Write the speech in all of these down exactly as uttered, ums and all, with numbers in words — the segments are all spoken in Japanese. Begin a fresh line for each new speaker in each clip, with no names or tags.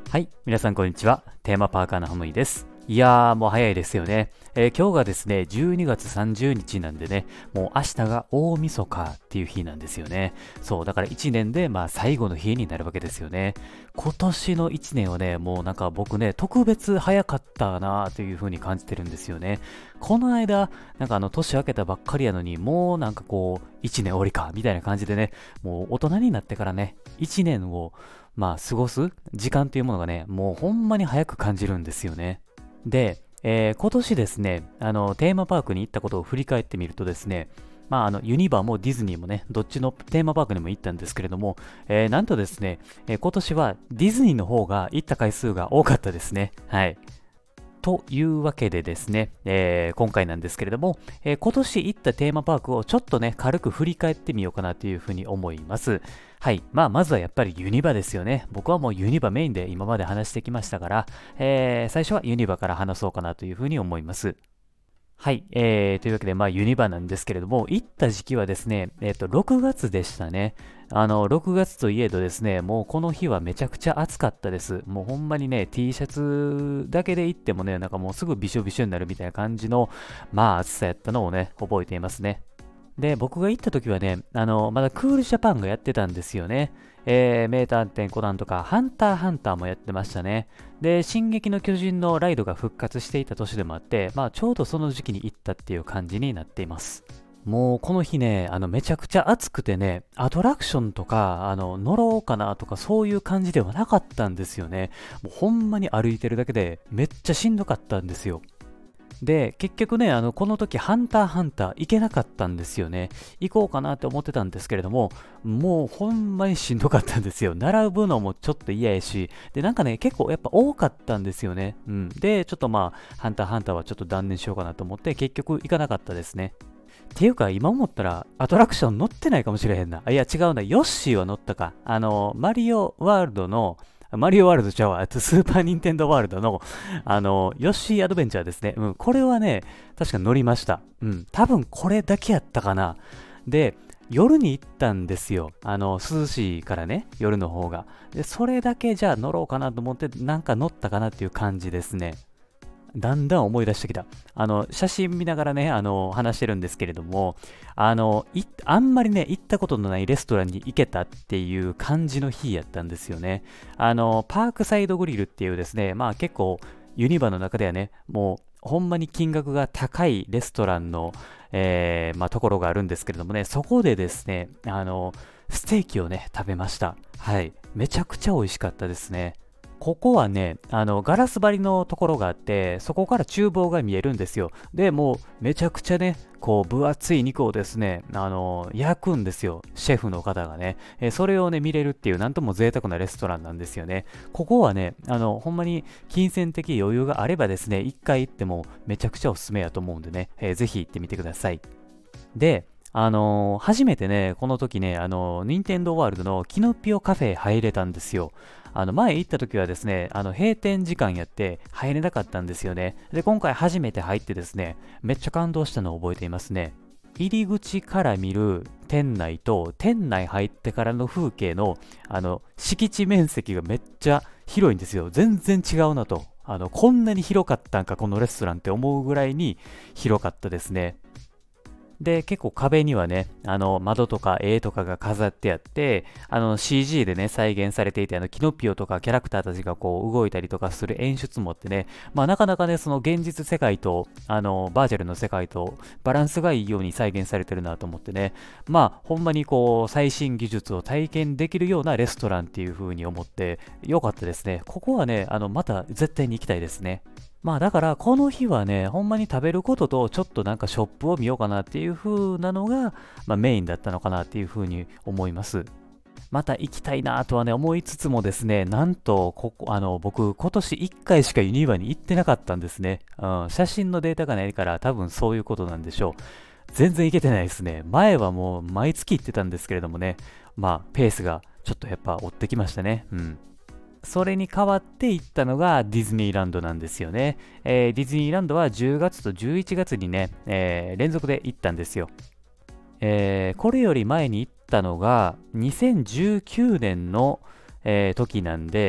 はい、皆さんこんにちは。テーマパーカーのハムイです。いやー、もう早いですよね。えー今日がですね、じゅうにがつさんじゅうにちなんでね、もう明日が大晦日っていう日なんですよね。そう、だからいちねんでまあ最後の日になるわけですよね。今年のいちねんはね、もうなんか僕ね、特別早かったなという風に感じてるんですよね。この間、なんかあの年明けたばっかりやのに、もうなんかこう、いちねん終わりか、みたいな感じでね、もう大人になってからね、いちねんをまあ過ごす時間っていうものがね、もうほんまに早く感じるんですよね。で、えー今年ですね、あの、テーマパークに行ったことを振り返ってみるとですね、まあ、あの、ユニバもディズニーもね、どっちのテーマパークにも行ったんですけれども、えーなんとですね、えー今年はディズニーの方が行った回数が多かったですね。はい。というわけでですね、えー今回なんですけれども、えー今年行ったテーマパークをちょっとね、軽く振り返ってみようかなというふうに思います。はい。まあ、まずはやっぱりユニバですよね。僕はもうユニバメインで今まで話してきましたから、えー最初はユニバから話そうかなというふうに思います。はい、えー、というわけで、まあ、ユニバなんですけれども、行った時期はですね、えっ、と、ろくがつでしたね。あの、ろくがつといえどですね、もうこの日はめちゃくちゃ暑かったです。もうほんまにね、T シャツだけで行ってもね、なんかもうすぐびしょびしょになるみたいな感じの、まあ、暑さやったのをね、覚えていますね。で、僕が行った時はね、あの、まだクールジャパンがやってたんですよね。えー、名探偵コナンとか、ハンターハンターもやってましたね。で、進撃の巨人のライドが復活していた年でもあって、まあ、ちょうどその時期に行ったっていう感じになっています。もうこの日ね、あのめちゃくちゃ暑くてね、アトラクションとか、あの乗ろうかなとかそういう感じではなかったんですよね。もうほんまに歩いてるだけでめっちゃしんどかったんですよ。で、結局ね、あの、この時、ハンターハンター行けなかったんですよね。行こうかなって思ってたんですけれども、もうほんまにしんどかったんですよ。並ぶのもちょっと嫌やし、で、なんかね、結構やっぱ多かったんですよね。うん。で、ちょっとまあ、ハンターハンターはちょっと断念しようかなと思って、結局行かなかったですね。っていうか、今思ったら、アトラクション乗ってないかもしれへんな。あいや、違うな。ヨッシーは乗ったか。あの、マリオワールドの、マリオワールドちゃうわ。あとスーパーニンテンドーワールドの、あの、ヨッシーアドベンチャーですね。うん、これはね、確か乗りました。うん、多分これだけやったかな。で、夜に行ったんですよ。あの、涼しいからね、夜の方が。で、それだけじゃあ乗ろうかなと思って、なんか乗ったかなっていう感じですね。だんだん思い出してきた。あの、写真見ながらね、あの、話してるんですけれども、あの、い、あんまりね、行ったことのないレストランに行けたっていう感じの日やったんですよね。あの、パークサイドグリルっていうですね、まあ結構、ユニバの中ではね、もう、ほんまに金額が高いレストランの、えーまあ、ところがあるんですけれどもね、そこでですね、あの、ステーキをね、食べました。はい。めちゃくちゃ美味しかったですね。ここはね、あの、ガラス張りのところがあって、そこから厨房が見えるんですよ。で、もう、めちゃくちゃね、こう、分厚い肉をですね、あの、焼くんですよ。シェフの方がね。えーそれをね、見れるっていう、なんとも贅沢なレストランなんですよね。ここはね、あの、ほんまに金銭的余裕があればですね、一回行ってもめちゃくちゃおすすめやと思うんでね、えーぜひ行ってみてください。で、あのー初めてね、この時ね、あのー、ニンテンドーワールドのキノピオカフェ入れたんですよ。あの、前行った時はですね、あの、閉店時間やって入れなかったんですよね。で、今回初めて入ってですね、めっちゃ感動したのを覚えていますね。入り口から見る店内と、店内入ってからの風景の、あの、敷地面積がめっちゃ広いんですよ。全然違うなと。あの、こんなに広かったんか、このレストランって思うぐらいに広かったですね。で、結構壁にはね、あの、窓とか絵とかが飾ってあって、あの、シージー でね、再現されていて、あの、キノピオとかキャラクターたちがこう、動いたりとかする演出もあってね、まあ、なかなかね、その現実世界と、あの、バーチャルの世界と、バランスがいいように再現されてるなと思ってね、まあ、ほんまにこう、最新技術を体験できるようなレストランっていう風に思って、よかったですね。ここはね、あの、また絶対に行きたいですね。まあだからこの日はね、ほんまに食べることとちょっとなんかショップを見ようかなっていう風なのが、まあ、メインだったのかなっていう風に思います。また行きたいなとはね、思いつつもですね、なんとここ、あの、僕今年いっかいしかユニバに行ってなかったんですね。うん、写真のデータがないから多分そういうことなんでしょう。全然行けてないですね。前はもう毎月行ってたんですけれどもね、まあペースがちょっとやっぱ追ってきましたね。うん。それに代わって行ったのがディズニーランドなんですよね。えーディズニーランドはじゅうがつとじゅういちがつにね、えー連続で行ったんですよ。えーこれより前に行ったのがにせんじゅうきゅうねんの、えー時なんで、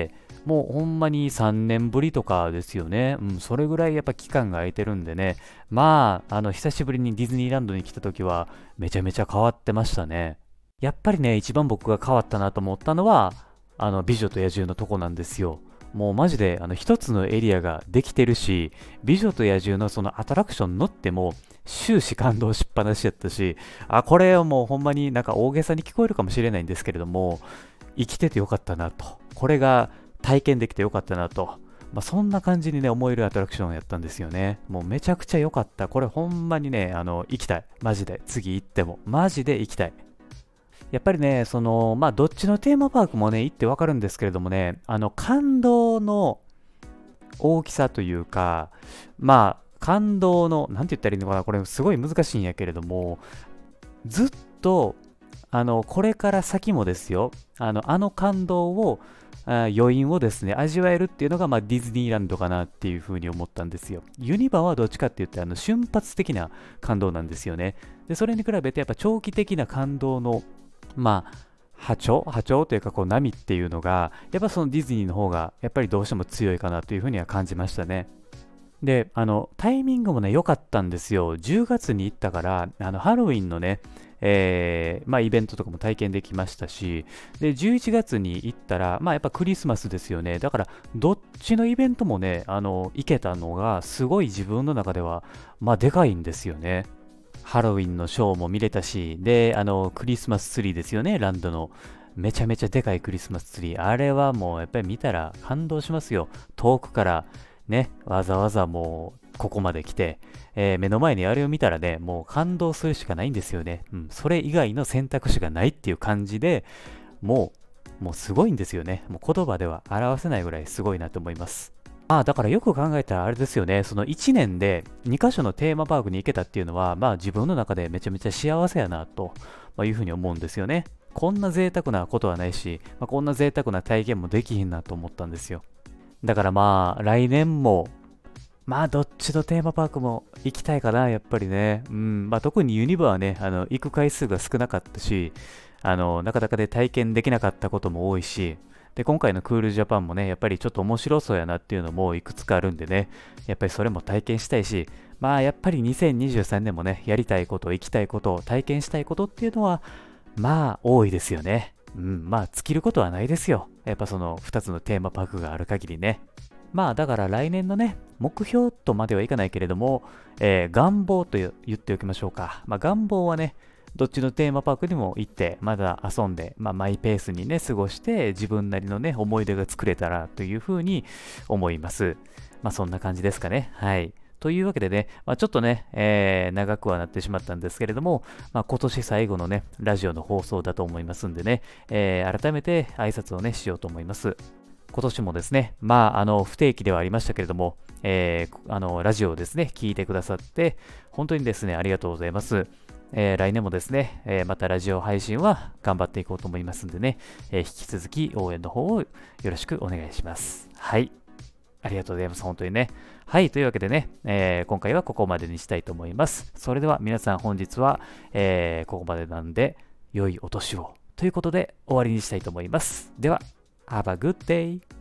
もうほんまにさんねんぶりとかですよね。うん、それぐらいやっぱ期間が空いてるんでね。まあ、あの、久しぶりにディズニーランドに来た時は、めちゃめちゃ変わってましたね。やっぱりね、一番僕が変わったなと思ったのは、あの、美女と野獣のとこなんですよ。もうマジで、あの、一つのエリアができてるし、美女と野獣のそのアトラクション乗っても、終始感動しっぱなしやったし、あ、これはもうほんまになんか大げさに聞こえるかもしれないんですけれども、生きててよかったなと。これが体験できてよかったなと。まあ、そんな感じにね、思えるアトラクションやったんですよね。もうめちゃくちゃ良かった。これほんまにね、あの、行きたい。マジで。次行っても。マジで行きたい。やっぱりね、その、まあ、どっちのテーマパークもね、行ってわかるんですけれどもね、あの、感動の大きさというか、まあ、感動の、なんて言ったらいいのかな、これすごい難しいんやけれども、ずっと、あの、これから先もですよ、あの、あの感動を、あ余韻をですね、味わえるっていうのが、まあ、ディズニーランドかなっていうふうに思ったんですよ。ユニバはどっちかって言って、あの、瞬発的な感動なんですよね。で、それに比べて、やっぱ長期的な感動の、まあ、波長波長というか、こう、波っていうのが、やっぱそのディズニーの方が、やっぱりどうしても強いかなというふうには感じましたね。で、あの、タイミングもね、良かったんですよ。じゅうがつに行ったから、あの、ハロウィンのね、えーまあ、イベントとかも体験できましたし、で、じゅういちがつに行ったら、まあ、やっぱクリスマスですよね。だから、どっちのイベントもね、あの、行けたのが、すごい自分の中では、まあ、でかいんですよね。ハロウィンのショーも見れたし、で、あの、クリスマスツリーですよね、ランドの。めちゃめちゃでかいクリスマスツリー。あれはもう、やっぱり見たら感動しますよ。遠くからね、わざわざもう、ここまで来て、えー目の前にあれを見たらね、もう感動するしかないんですよね。うん、それ以外の選択肢がないっていう感じで、もう、もうすごいんですよね。もう言葉では表せないぐらいすごいなと思います。ああ、だからよく考えたらあれですよね。そのいちねんでにカ所のテーマパークに行けたっていうのは、まあ自分の中でめちゃめちゃ幸せやなと、まあ、いうふうに思うんですよね。こんな贅沢なことはないし、まあ、こんな贅沢な体験もできひんなと思ったんですよ。だからまあ来年も、まあどっちのテーマパークも行きたいかな、やっぱりね。うん、まあ特にユニバはね、あの、行く回数が少なかったし、あの、なかなかで体験できなかったことも多いし、で、今回のクールジャパンもね、やっぱりちょっと面白そうやなっていうのもいくつかあるんでね、やっぱりそれも体験したいし、まあやっぱりにせんにじゅうさんねんもね、やりたいこと、行きたいこと、体験したいことっていうのは、まあ多いですよね。うん、まあ尽きることはないですよ。やっぱそのふたつのテーマパークがある限りね。まあだから来年のね、目標とまではいかないけれども、えー願望と言っておきましょうか。まあ願望はね、どっちのテーマパークにも行って、まだ遊んで、まあマイペースにね、過ごして、自分なりのね、思い出が作れたらというふうに思います。まあそんな感じですかね。はい。というわけでね、まあ、ちょっとね、えー長くはなってしまったんですけれども、まあ、今年最後のね、ラジオの放送だと思いますんでね、えー改めて挨拶をね、しようと思います。今年もですね、まあ、あの、不定期ではありましたけれども、えーあの、ラジオをですね、聞いてくださって、本当にですね、ありがとうございます。えー来年もですね、えーまたラジオ配信は頑張っていこうと思いますんでね、えー引き続き応援の方をよろしくお願いします。はい。ありがとうございます。本当にね。はい。というわけでね、えー今回はここまでにしたいと思います。それでは皆さん本日は、えーここまでなんで、良いお年を。ということで終わりにしたいと思います。では、Have a good day!